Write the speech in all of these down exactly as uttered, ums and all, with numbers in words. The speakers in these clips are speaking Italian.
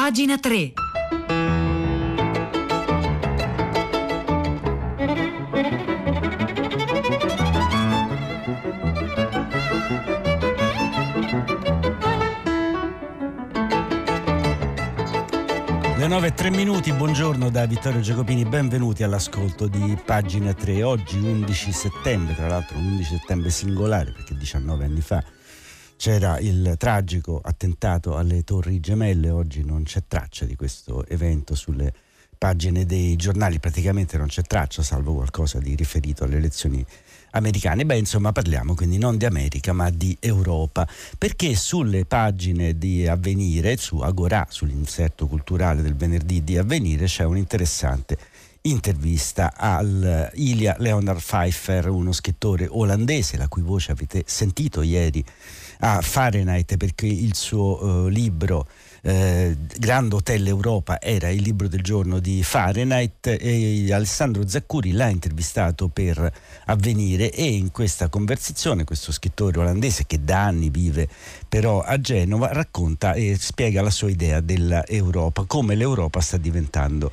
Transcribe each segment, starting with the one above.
Pagina tre. Le nove e tre minuti, buongiorno da Vittorio Giacopini, benvenuti all'ascolto di Pagina tre. Oggi undici settembre, tra l'altro un undici settembre singolare perché diciannove anni fa c'era il tragico attentato alle Torri Gemelle. Oggi non c'è traccia di questo evento sulle pagine dei giornali, praticamente non c'è traccia, salvo qualcosa di riferito alle elezioni americane. Beh, insomma, parliamo quindi non di America ma di Europa, perché sulle pagine di Avvenire, su Agorà, sull'inserto culturale del venerdì di Avvenire, c'è un'interessante intervista al Ilya Leonard Pfeiffer, uno scrittore olandese la cui voce avete sentito ieri a Fahrenheit, perché il suo eh, libro eh, Grand Hotel Europa era il libro del giorno di Fahrenheit, e Alessandro Zaccuri l'ha intervistato per Avvenire, e in questa conversazione questo scrittore olandese, che da anni vive però a Genova, racconta e spiega la sua idea dell'Europa, come l'Europa sta diventando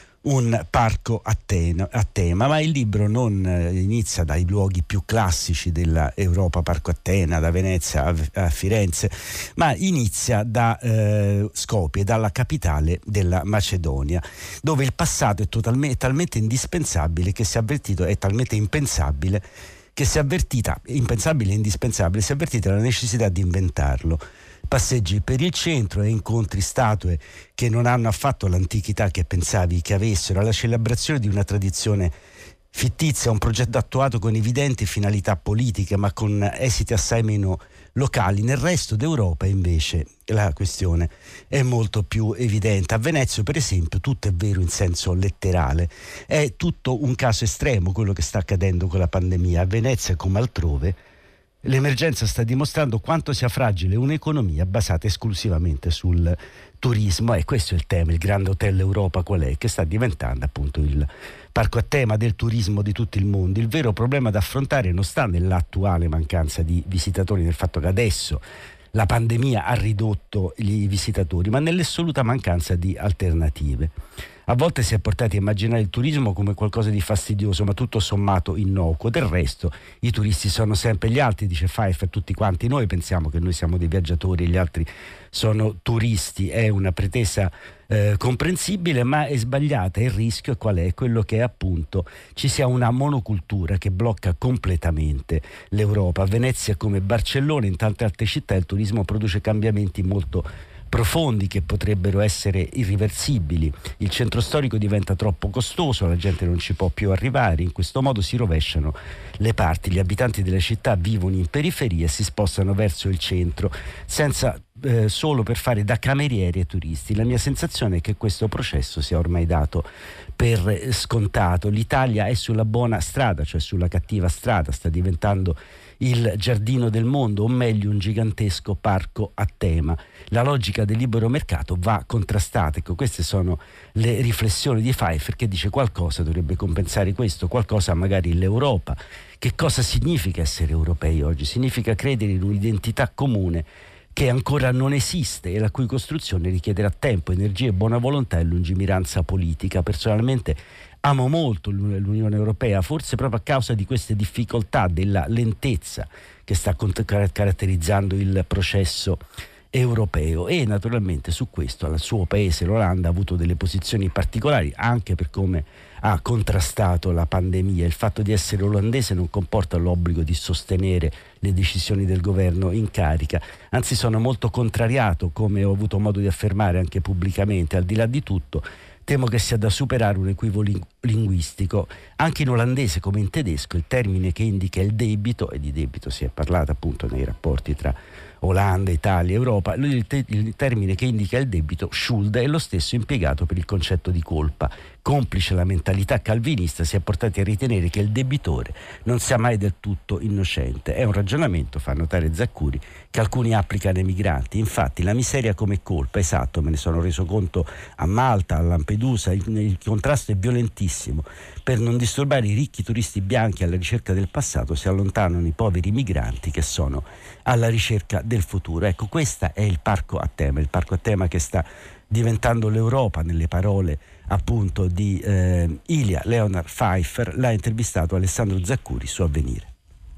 un parco a, ten- a tema. Ma il libro non eh, inizia dai luoghi più classici della Europa, Parco Atena, da Venezia a, a Firenze, ma inizia da eh, Skopje, dalla capitale della Macedonia, dove il passato è, totalme- è talmente indispensabile che si è avvertito, è talmente impensabile che si è avvertita, impensabile e indispensabile, si è avvertita la necessità di inventarlo. Passeggi per il centro e incontri statue che non hanno affatto l'antichità che pensavi che avessero, la celebrazione di una tradizione fittizia, un progetto attuato con evidenti finalità politiche ma con esiti assai meno locali. Nel resto d'Europa invece la questione è molto più evidente. A Venezia, per esempio, tutto è vero in senso letterale, è tutto un caso estremo quello che sta accadendo con la pandemia. A Venezia, come altrove, l'emergenza sta dimostrando quanto sia fragile un'economia basata esclusivamente sul turismo, e questo è il tema. Il Grand Hotel Europa qual è? Che sta diventando appunto il parco a tema del turismo di tutto il mondo. Il vero problema da affrontare non sta nell'attuale mancanza di visitatori, nel fatto che adesso la pandemia ha ridotto i visitatori, ma nell'assoluta mancanza di alternative. A volte si è portati a immaginare il turismo come qualcosa di fastidioso, ma tutto sommato innocuo. Del resto i turisti sono sempre gli altri, dice Pfeiffer. Tutti quanti noi pensiamo che noi siamo dei viaggiatori e gli altri sono turisti. È una pretesa eh, comprensibile, ma è sbagliata. Il rischio è qual è? Quello che appunto ci sia una monocultura che blocca completamente l'Europa. A Venezia, come Barcellona, in tante altre città, il turismo produce cambiamenti molto profondi che potrebbero essere irriversibili. Il centro storico diventa troppo costoso, la gente non ci può più arrivare. In questo modo si rovesciano le parti, gli abitanti della città vivono in periferia e si spostano verso il centro senza eh, solo per fare da camerieri ai turisti. La mia sensazione è che questo processo sia ormai dato per scontato. L'Italia è sulla buona strada, cioè sulla cattiva strada, sta diventando il giardino del mondo, o meglio un gigantesco parco a tema. La logica del libero mercato va contrastata. Ecco, queste sono le riflessioni di Pfeiffer, che dice qualcosa dovrebbe compensare questo, qualcosa magari l'Europa. Che cosa significa essere europei oggi? Significa credere in un'identità comune che ancora non esiste e la cui costruzione richiederà tempo, energia, buona volontà e lungimiranza politica. Personalmente amo molto l'Unione Europea, forse proprio a causa di queste difficoltà, della lentezza che sta caratterizzando il processo europeo, e naturalmente su questo il suo paese, l'Olanda, ha avuto delle posizioni particolari anche per come ha contrastato la pandemia. Il fatto di essere olandese non comporta l'obbligo di sostenere le decisioni del governo in carica, anzi sono molto contrariato, come ho avuto modo di affermare anche pubblicamente. Al di là di tutto temo che sia da superare un equivoco linguistico. Anche in olandese come in tedesco il termine che indica il debito, e di debito si è parlato appunto nei rapporti tra Olanda, Italia, Europa, il, te- il termine che indica il debito, Schuld, è lo stesso impiegato per il concetto di colpa. Complice la mentalità calvinista, si è portati a ritenere che il debitore non sia mai del tutto innocente. È un ragionamento, fa notare Zaccuri, che alcuni applicano ai migranti. Infatti la miseria come colpa, esatto, me ne sono reso conto a Malta, a Lampedusa, il, il contrasto è violentissimo. Per non disturbare i ricchi turisti bianchi alla ricerca del passato si allontanano i poveri migranti che sono alla ricerca del futuro. Ecco, questo è il parco a tema, il parco a tema che sta diventando l'Europa, nelle parole appunto di eh, Ilya Leonard Pfeiffer. L'ha intervistato Alessandro Zaccuri su Avvenire.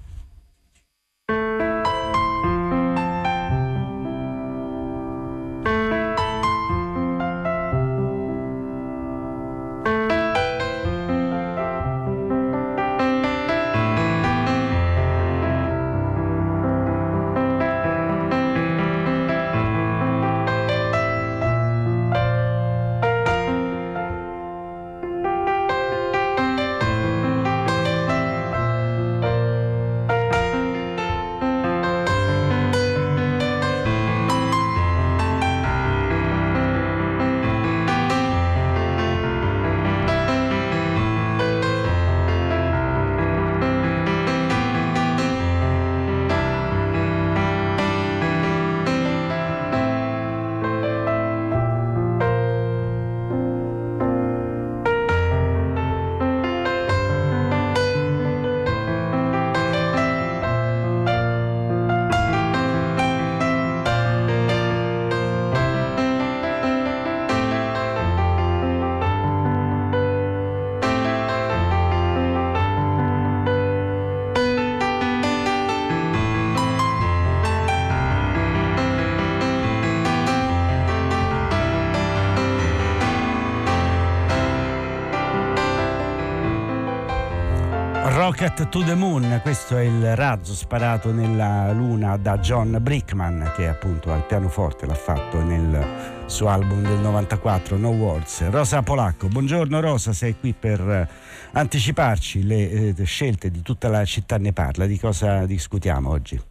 Rocket to the Moon, questo è il razzo sparato nella luna da John Brickman, che appunto al pianoforte l'ha fatto nel suo album del novantaquattro, No Words. Rosa Polacco, buongiorno Rosa, sei qui per anticiparci le eh, scelte di Tutta la città ne parla. Di cosa discutiamo oggi?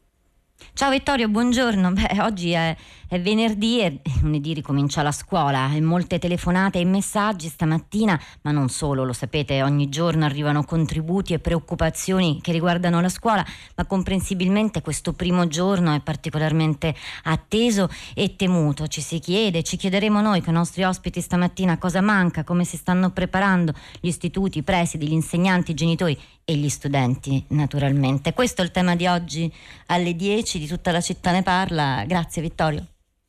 Ciao Vittorio, buongiorno. Beh, oggi è, è venerdì e lunedì ricomincia la scuola e molte telefonate e messaggi stamattina, ma non solo, lo sapete, ogni giorno arrivano contributi e preoccupazioni che riguardano la scuola, ma comprensibilmente questo primo giorno è particolarmente atteso e temuto. Ci si chiede, ci chiederemo noi con i nostri ospiti stamattina cosa manca, come si stanno preparando gli istituti, i presidi, gli insegnanti, i genitori e gli studenti, naturalmente. Questo è il tema di oggi alle dieci di Tutta la città ne parla. Grazie Vittorio.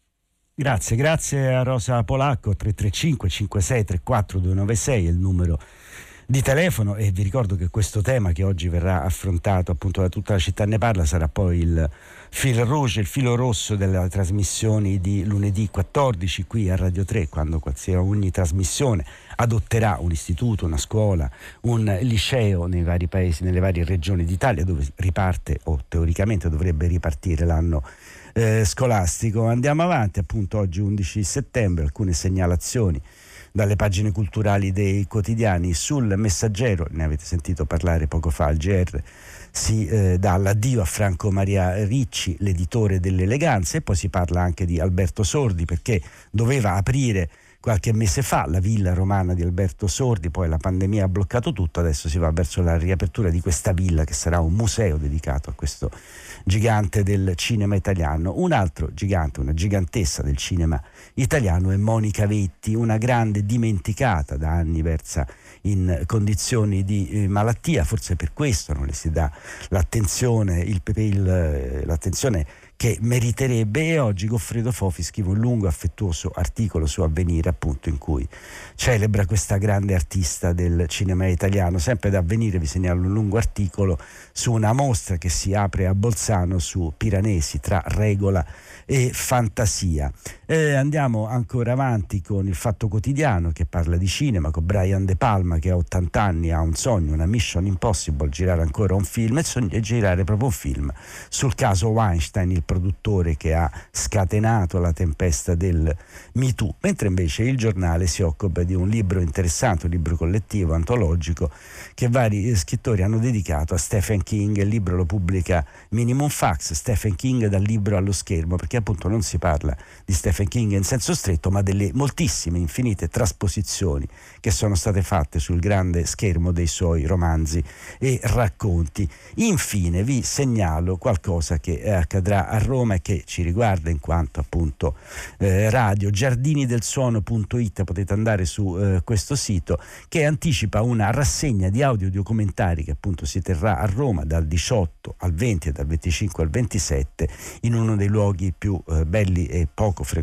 Grazie, grazie a Rosa Polacco. Tre tre cinque cinque sei tre quattro due nove sei è il numero di telefono, e vi ricordo che questo tema che oggi verrà affrontato appunto da Tutta la città ne parla sarà poi il fil rouge, il filo rosso delle trasmissioni di lunedì quattordici qui a Radio tre, quando ogni trasmissione adotterà un istituto, una scuola, un liceo nei vari paesi, nelle varie regioni d'Italia, dove riparte o teoricamente dovrebbe ripartire l'anno eh, scolastico. Andiamo avanti, appunto oggi undici settembre, alcune segnalazioni dalle pagine culturali dei quotidiani. Sul Messaggero, ne avete sentito parlare poco fa, al G R si eh, dà l'addio a Franco Maria Ricci, l'editore dell'Eleganza, e poi si parla anche di Alberto Sordi, perché doveva aprire qualche mese fa la villa romana di Alberto Sordi, poi la pandemia ha bloccato tutto, adesso si va verso la riapertura di questa villa che sarà un museo dedicato a questo gigante del cinema italiano. Un altro gigante, una gigantessa del cinema italiano è Monica Vetti, una grande dimenticata, da anni versa in condizioni di eh, malattia, forse per questo non le si dà l'attenzione, il, il, l'attenzione che meriterebbe, e oggi Goffredo Fofi scrive un lungo affettuoso articolo su Avvenire, appunto, in cui celebra questa grande artista del cinema italiano. Sempre da Avvenire vi segnalo un lungo articolo su una mostra che si apre a Bolzano su Piranesi, tra regola e fantasia. Eh, andiamo ancora avanti con il Fatto Quotidiano, che parla di cinema, con Brian De Palma che a ottanta anni ha un sogno, una mission impossible, girare ancora un film, e sogna girare proprio un film sul caso Weinstein, il produttore che ha scatenato la tempesta del Me Too. Mentre invece il Giornale si occupa di un libro interessante, un libro collettivo, antologico, che vari scrittori hanno dedicato a Stephen King. Il libro lo pubblica Minimum Fax, Stephen King dal libro allo schermo, perché appunto non si parla di Stephen King in senso stretto, ma delle moltissime, infinite trasposizioni che sono state fatte sul grande schermo dei suoi romanzi e racconti. Infine vi segnalo qualcosa che eh, accadrà a Roma e che ci riguarda in quanto appunto eh, radio. giardini del suono punto it, potete andare su eh, questo sito, che anticipa una rassegna di audiodocumentari che appunto si terrà a Roma dal diciotto al venti e dal venticinque al ventisette, in uno dei luoghi più eh, belli e poco frequentati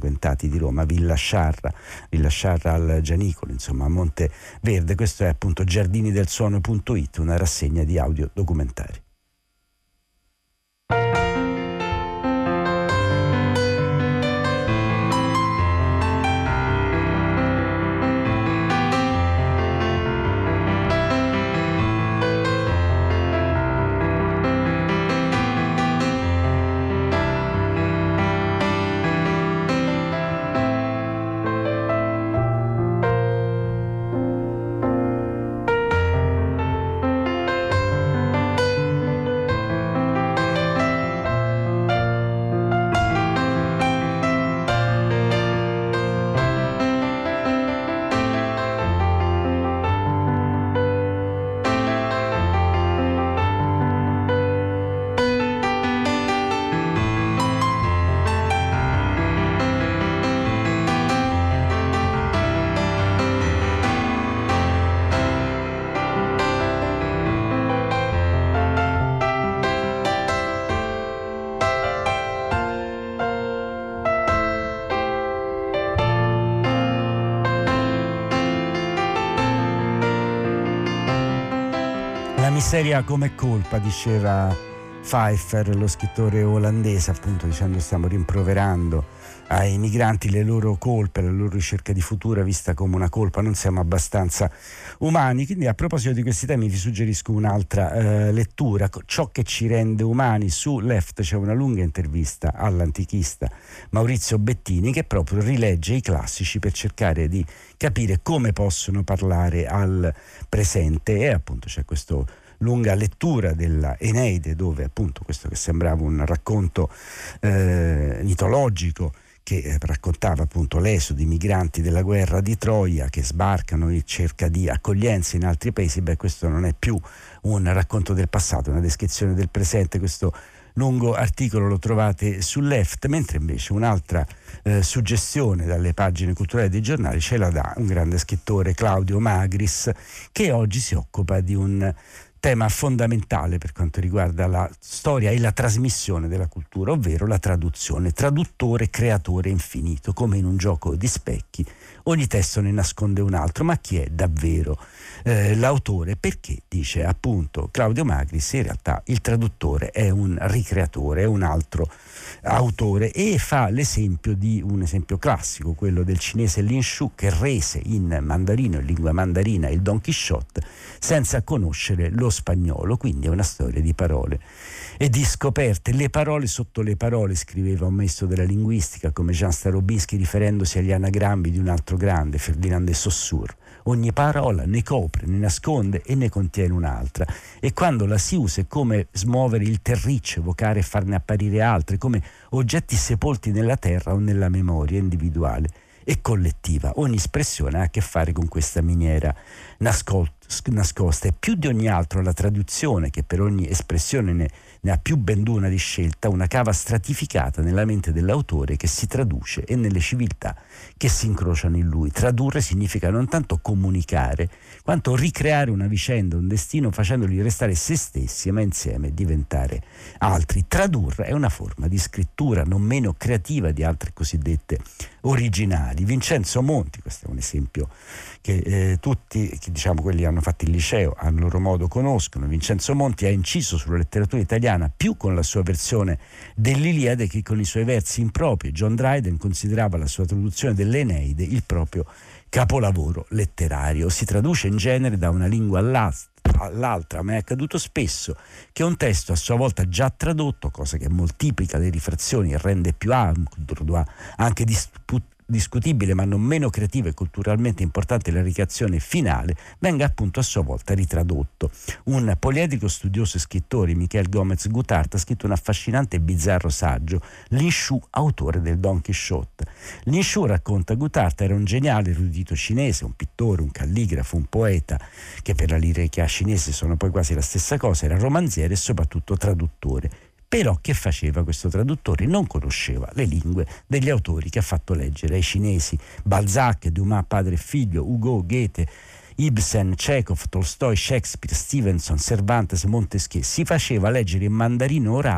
frequentati di Roma, Villa Sciarra, Villa Sciarra al Gianicolo, insomma a Monteverde. Questo è appunto giardini del suono punto it, una rassegna di audio documentari. Miseria come colpa, diceva Pfeiffer, lo scrittore olandese, appunto, dicendo stiamo rimproverando ai migranti le loro colpe, la loro ricerca di futuro vista come una colpa, non siamo abbastanza umani. Quindi a proposito di questi temi vi suggerisco un'altra eh, lettura, Ciò che ci rende umani. Su Left c'è una lunga intervista all'antichista Maurizio Bettini che proprio rilegge i classici per cercare di capire come possono parlare al presente, e appunto c'è questo lunga lettura della Eneide, dove appunto questo che sembrava un racconto eh, mitologico che eh, raccontava appunto l'esodo di migranti della guerra di Troia che sbarcano e cerca di accoglienza in altri paesi. Beh, questo non è più un racconto del passato, è una descrizione del presente. Questo lungo articolo lo trovate su Left, mentre invece un'altra eh, suggestione dalle pagine culturali dei giornali ce la dà un grande scrittore, Claudio Magris, che oggi si occupa di un tema fondamentale per quanto riguarda la storia e la trasmissione della cultura, ovvero la traduzione. Traduttore, creatore infinito, come in un gioco di specchi. Ogni testo ne nasconde un altro, ma chi è davvero eh, l'autore? Perché, dice appunto Claudio Magris, in realtà il traduttore è un ricreatore, è un altro autore, e fa l'esempio di un esempio classico, quello del cinese Lin Shu, che rese in mandarino, in lingua mandarina, il Don Quixote senza conoscere lo spagnolo. Quindi è una storia di parole e di scoperte. Le parole sotto le parole, scriveva un maestro della linguistica come Jean Starobinski, riferendosi agli anagrammi di un altro grande, Ferdinand de Saussure. Ogni parola ne copre, ne nasconde e ne contiene un'altra, e quando la si usa è come smuovere il terriccio, evocare e farne apparire altre, come oggetti sepolti nella terra o nella memoria individuale e collettiva. Ogni espressione ha a che fare con questa miniera nascosta, e più di ogni altro la traduzione, che per ogni espressione ne, ne ha più ben d'una di scelta, una cava stratificata nella mente dell'autore che si traduce e nelle civiltà che si incrociano in lui. Tradurre significa non tanto comunicare quanto ricreare una vicenda, un destino, facendoli restare se stessi ma insieme diventare altri. Tradurre è una forma di scrittura non meno creativa di altre cosiddette originali. Vincenzo Monti, questo è un esempio che eh, tutti, che, diciamo quelli che hanno fatto il liceo a loro modo conoscono. Vincenzo Monti ha inciso sulla letteratura italiana più con la sua versione dell'Iliade che con i suoi versi impropri. John Dryden considerava la sua traduzione dell'Eneide il proprio capolavoro letterario. Si traduce in genere da una lingua all'altra, ma è accaduto spesso che un testo a sua volta già tradotto, cosa che moltiplica le rifrazioni e rende più ardua, anche dispu- discutibile ma non meno creativa e culturalmente importante la ricreazione finale, venga appunto a sua volta ritradotto. Un poliedrico studioso e scrittore, Michel Gomez Guttart, ha scritto un affascinante e bizzarro saggio, Lin Shu, autore del Don Quixote. Lin Shu, racconta Guttart, era un geniale erudito cinese, un pittore, un calligrafo, un poeta, che per la lirica cinese sono poi quasi la stessa cosa, era romanziere e soprattutto traduttore. Però che faceva questo traduttore? Non conosceva le lingue degli autori che ha fatto leggere ai cinesi: Balzac, Dumas padre e figlio, Hugo, Goethe, Ibsen, Chekhov, Tolstoi, Shakespeare, Stevenson, Cervantes, Montesquieu. Si faceva leggere in mandarino orale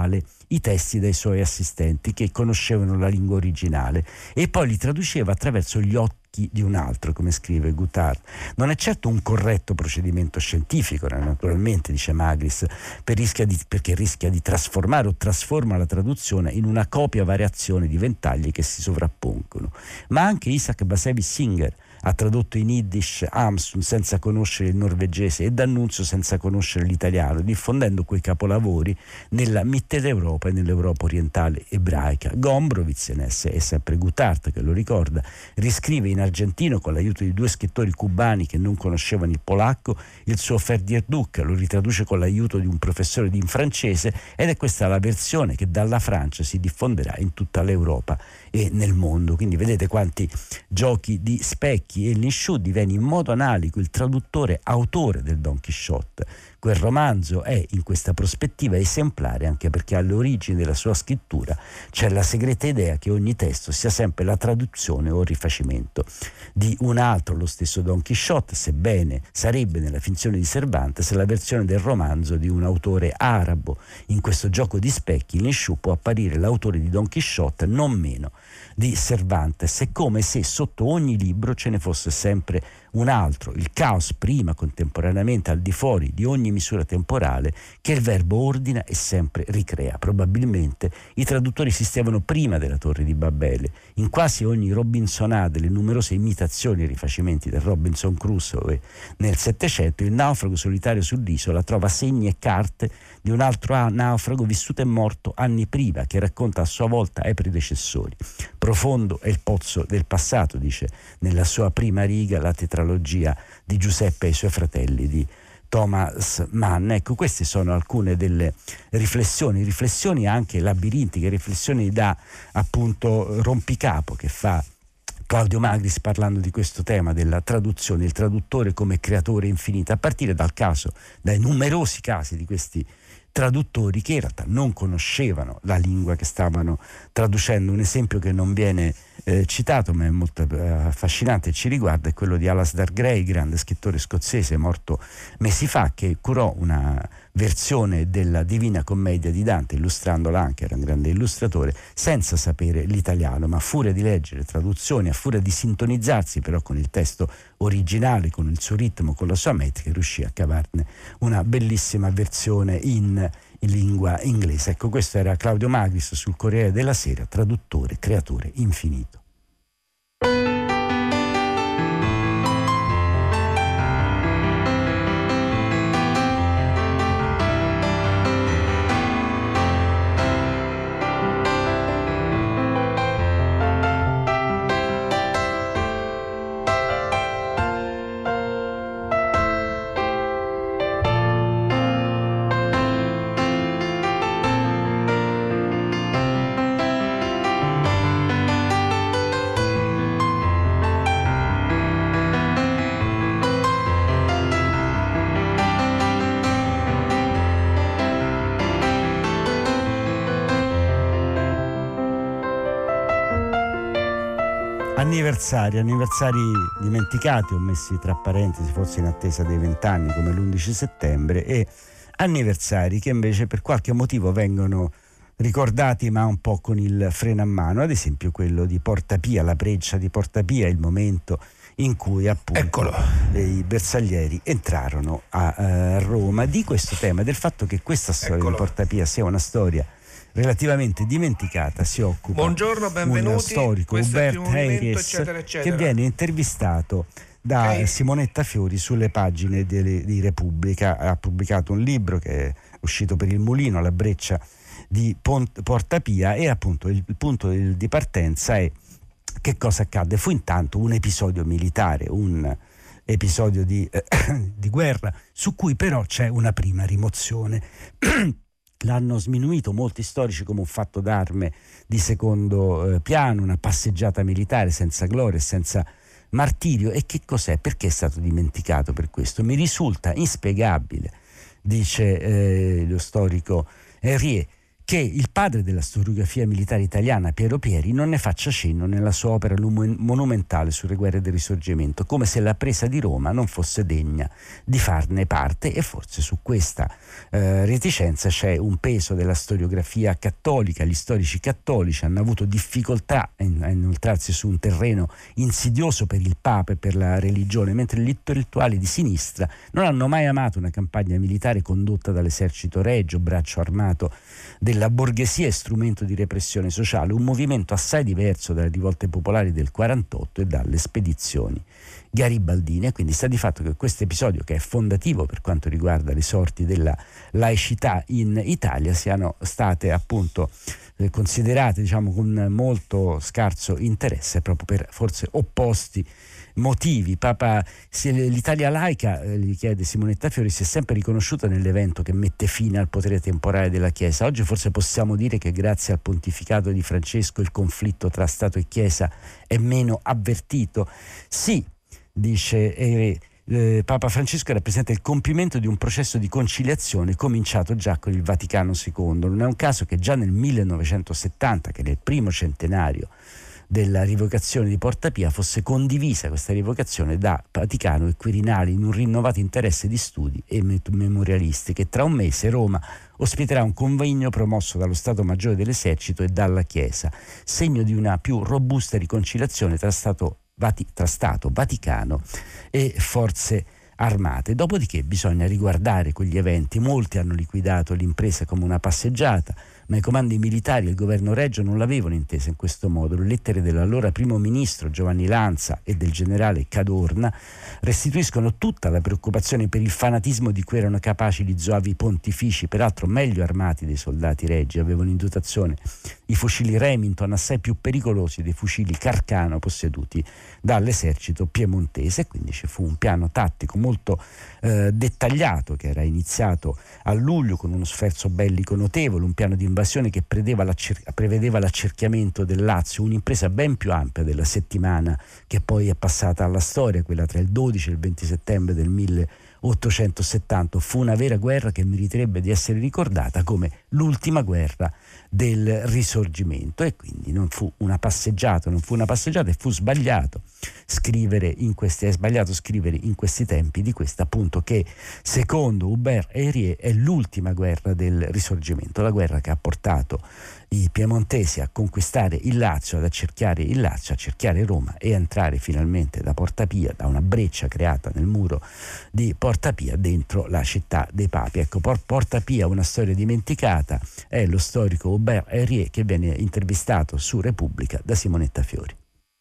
i testi dai suoi assistenti che conoscevano la lingua originale e poi li traduceva attraverso gli occhi di un altro, come scrive Guttard. Non è certo un corretto procedimento scientifico, naturalmente, dice Magris, per rischia di, perché rischia di trasformare o trasforma la traduzione in una copia variazione di ventagli che si sovrappongono. Ma anche Isaac Bashevis Singer ha tradotto in Yiddish Hamsun senza conoscere il norvegese e D'Annunzio senza conoscere l'italiano, diffondendo quei capolavori nella Mitteleuropa e nell'Europa orientale ebraica. Gombrowicz, è sempre Guttard che lo ricorda, riscrive in argentino con l'aiuto di due scrittori cubani che non conoscevano il polacco il suo Ferdierduk, lo ritraduce con l'aiuto di un professore di in francese ed è questa la versione che dalla Francia si diffonderà in tutta l'Europa e nel mondo. Quindi vedete quanti giochi di specchi, e Linshu diviene in modo analogo il traduttore autore del Don Chisciotte. Quel romanzo è in questa prospettiva esemplare anche perché alle origini della sua scrittura c'è la segreta idea che ogni testo sia sempre la traduzione o il rifacimento di un altro. Lo stesso Don Chisciotte, sebbene sarebbe nella finzione di Cervantes la versione del romanzo di un autore arabo. In questo gioco di specchi Linshu può apparire l'autore di Don Chisciotte non meno di Cervantes. È come se sotto ogni libro ce ne fosse sempre un altro, il caos prima contemporaneamente al di fuori di ogni misura temporale che il verbo ordina e sempre ricrea. Probabilmente i traduttori esistevano prima della Torre di Babele. In quasi ogni Robinsonade, le numerose imitazioni e rifacimenti del Robinson Crusoe nel Settecento, il naufrago solitario sull'isola trova segni e carte di un altro naufrago vissuto e morto anni prima, che racconta a sua volta ai predecessori. Profondo è il pozzo del passato, dice nella sua prima riga la tetralogia di Giuseppe e i suoi fratelli di Thomas Mann. Ecco, queste sono alcune delle riflessioni, riflessioni anche labirintiche, riflessioni da appunto rompicapo che fa Claudio Magris parlando di questo tema della traduzione, il traduttore come creatore infinito, a partire dal caso, dai numerosi casi di questi traduttori che in realtà non conoscevano la lingua che stavano traducendo. Un esempio che non viene eh, citato ma è molto eh, affascinante e ci riguarda è quello di Alasdair Gray, grande scrittore scozzese morto mesi fa, che curò una versione della Divina Commedia di Dante, illustrandola anche, era un grande illustratore, senza sapere l'italiano, ma a furia di leggere traduzioni, a furia di sintonizzarsi però con il testo originale, con il suo ritmo, con la sua metrica, riuscì a cavarne una bellissima versione in, in lingua inglese. Ecco, questo era Claudio Magris sul Corriere della Sera, traduttore, creatore infinito. Anniversari, anniversari dimenticati o messi tra parentesi forse in attesa dei vent'anni come l'undici settembre, e anniversari che invece per qualche motivo vengono ricordati ma un po' con il freno a mano, ad esempio quello di Porta Pia, la breccia di Porta Pia, il momento in cui appunto Eccolo. i bersaglieri entrarono a, a Roma. Di questo tema, del fatto che questa storia Eccolo. di Porta Pia sia una storia relativamente dimenticata, si occupa Buongiorno, benvenuti. uno storico, Hubert Hayes, eccetera, eccetera. che viene intervistato da okay. Simonetta Fiori sulle pagine di, di Repubblica. Ha pubblicato un libro che è uscito per il Mulino, La breccia di Pont- Porta Pia, e appunto il, il punto di, di partenza è che cosa accadde. Fu intanto un episodio militare, un episodio di, eh, di guerra, su cui però c'è una prima rimozione. L'hanno sminuito molti storici come un fatto d'arme di secondo eh, piano, una passeggiata militare senza gloria e senza martirio. E che cos'è? Perché è stato dimenticato per questo? Mi risulta inspiegabile, dice eh, lo storico Henriet, che il padre della storiografia militare italiana, Piero Pieri, non ne faccia cenno nella sua opera monumentale sulle guerre del Risorgimento, come se la presa di Roma non fosse degna di farne parte, e forse su questa eh, reticenza c'è un peso della storiografia cattolica. Gli storici cattolici hanno avuto difficoltà a inoltrarsi su un terreno insidioso per il Papa e per la religione, mentre gli intellettuali di sinistra non hanno mai amato una campagna militare condotta dall'esercito regio, braccio armato della borghesia e strumento di repressione sociale, un movimento assai diverso dalle rivolte popolari del quarantotto e dalle spedizioni garibaldine. Quindi sta di fatto che questo episodio, che è fondativo per quanto riguarda le sorti della laicità in Italia, siano state appunto eh, considerate, diciamo, con molto scarso interesse, proprio per forse opposti motivi. Papa, se l'Italia laica, eh, gli chiede Simonetta Fiori, si è sempre riconosciuta nell'evento che mette fine al potere temporale della Chiesa. Oggi forse possiamo dire che grazie al pontificato di Francesco il conflitto tra Stato e Chiesa è meno avvertito. Sì, dice eh, eh, Papa Francesco rappresenta il compimento di un processo di conciliazione cominciato già con il Vaticano secondo. Non è un caso che già nel millenovecentosettanta, che è il primo centenario della rivocazione di Porta Pia, fosse condivisa questa rivocazione da Vaticano e Quirinali in un rinnovato interesse di studi e memorialisti, che tra un mese Roma ospiterà un convegno promosso dallo Stato Maggiore dell'Esercito e dalla Chiesa, segno di una più robusta riconciliazione tra Stato, Vati- tra Stato Vaticano e forze armate. Dopodiché bisogna riguardare quegli eventi. Molti hanno liquidato l'impresa come una passeggiata, ma i comandi militari e il governo Reggio non l'avevano intesa in questo modo. Le lettere dell'allora primo ministro Giovanni Lanza e del generale Cadorna restituiscono tutta la preoccupazione per il fanatismo di cui erano capaci gli zoavi pontifici, peraltro meglio armati dei soldati reggi. Avevano in dotazione i fucili Remington, assai più pericolosi dei fucili Carcano posseduti dall'esercito piemontese, e quindi ci fu un piano tattico molto eh, dettagliato che era iniziato a luglio con uno sforzo bellico notevole, un piano di invasione che prevedeva, l'accer- prevedeva l'accerchiamento del Lazio, un'impresa ben più ampia della settimana che poi è passata alla storia, quella tra il dodici e il venti settembre del milleottocentosettanta. Fu una vera guerra che meriterebbe di essere ricordata come l'ultima guerra del Risorgimento, e quindi non fu una passeggiata, non fu una passeggiata e fu sbagliato scrivere in questi, è sbagliato scrivere in questi tempi di questa, appunto, che secondo Hubert Héry è l'ultima guerra del Risorgimento, la guerra che ha portato i piemontesi a conquistare il Lazio, ad accerchiare il Lazio, a cerchiare Roma e a entrare finalmente da Porta Pia, da una breccia creata nel muro di Porta Pia, dentro la città dei Papi. Ecco, Porta Pia, una storia dimenticata, è lo storico Hubert Héry, che viene intervistato su Repubblica da Simonetta Fiori.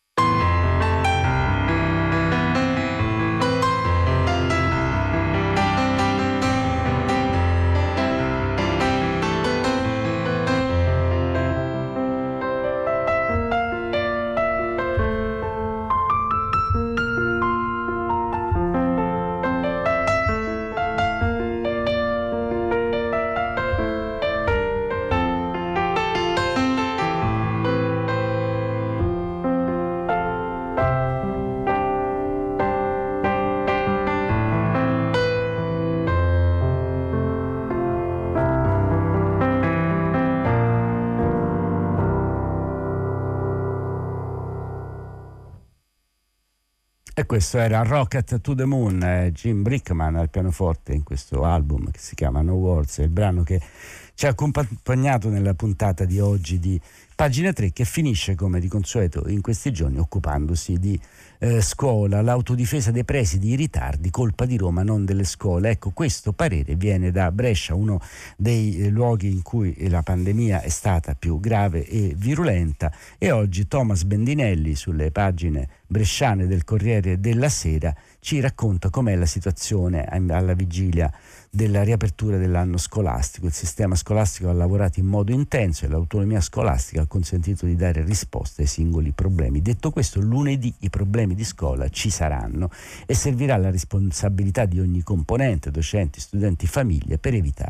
E questo era Rocket to the Moon, eh, Jim Brickman al pianoforte in questo album che si chiama No Words, è il brano che ci ha accompagnato nella puntata di oggi di Pagina tre, che finisce come di consueto in questi giorni occupandosi di eh, scuola, l'autodifesa dei presidi, i ritardi, colpa di Roma, non delle scuole. Ecco, questo parere viene da Brescia, uno dei eh, luoghi in cui la pandemia è stata più grave e virulenta, e oggi Thomas Bendinelli sulle pagine bresciane del Corriere della Sera ci racconta com'è la situazione alla vigilia della riapertura dell'anno scolastico. Il sistema scolastico ha lavorato in modo intenso e l'autonomia scolastica ha consentito di dare risposte ai singoli problemi. Detto questo, lunedì i problemi di scuola ci saranno e servirà la responsabilità di ogni componente, docenti, studenti, famiglie, per evitare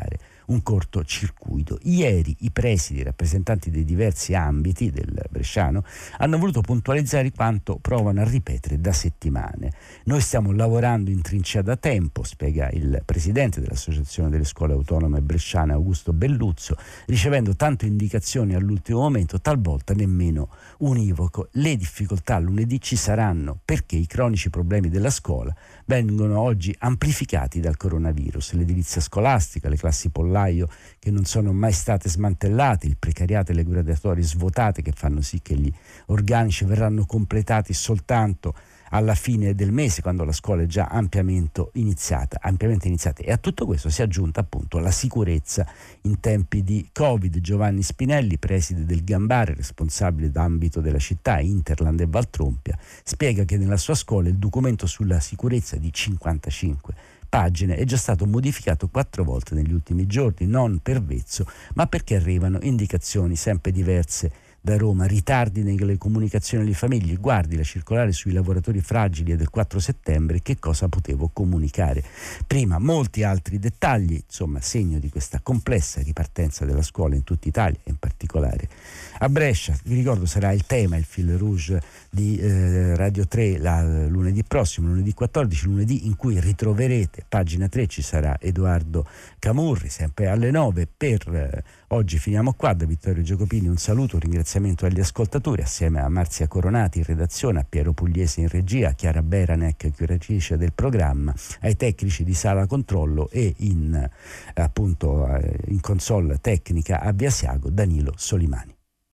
un cortocircuito. Ieri i presidi, i rappresentanti dei diversi ambiti del bresciano, hanno voluto puntualizzare quanto provano a ripetere da settimane. Noi stiamo lavorando in trincea da tempo, spiega il presidente dell'Associazione delle Scuole Autonome Bresciane, Augusto Belluzzo, ricevendo tante indicazioni all'ultimo momento, talvolta nemmeno univoco. Le difficoltà lunedì ci saranno perché i cronici problemi della scuola vengono oggi amplificati dal coronavirus. L'edilizia scolastica, le classi pollaio che non sono mai state smantellate, il precariato e le graduatorie svuotate che fanno sì che gli organici verranno completati soltanto alla fine del mese, quando la scuola è già ampiamente iniziata, ampiamente iniziata. E a tutto questo si è aggiunta appunto la sicurezza in tempi di Covid. Giovanni Spinelli, preside del Gambare, responsabile d'ambito della città, Interland e Valtrompia, spiega che nella sua scuola il documento sulla sicurezza di cinquantacinque pagine è già stato modificato quattro volte negli ultimi giorni, non per vezzo, ma perché arrivano indicazioni sempre diverse da Roma, ritardi nelle comunicazioni alle famiglie. Guardi la circolare sui lavoratori fragili è del quattro settembre, che cosa potevo comunicare prima? Molti altri dettagli, insomma, segno di questa complessa ripartenza della scuola in tutta Italia e in particolare a Brescia. Vi ricordo, sarà il tema, il fil rouge di eh, Radio tre la, lunedì prossimo, lunedì quattordici, lunedì in cui ritroverete pagina tre, ci sarà Edoardo Camurri sempre alle nove. Per eh, oggi finiamo qua. Da Vittorio Giacopini un saluto, un ringraziamento agli ascoltatori, assieme a Marzia Coronati in redazione, a Piero Pugliese in regia, a Chiara Beranec, curatrice del programma, ai tecnici di Sala Controllo e in, appunto, in console tecnica a Biasiago Danilo Solimani.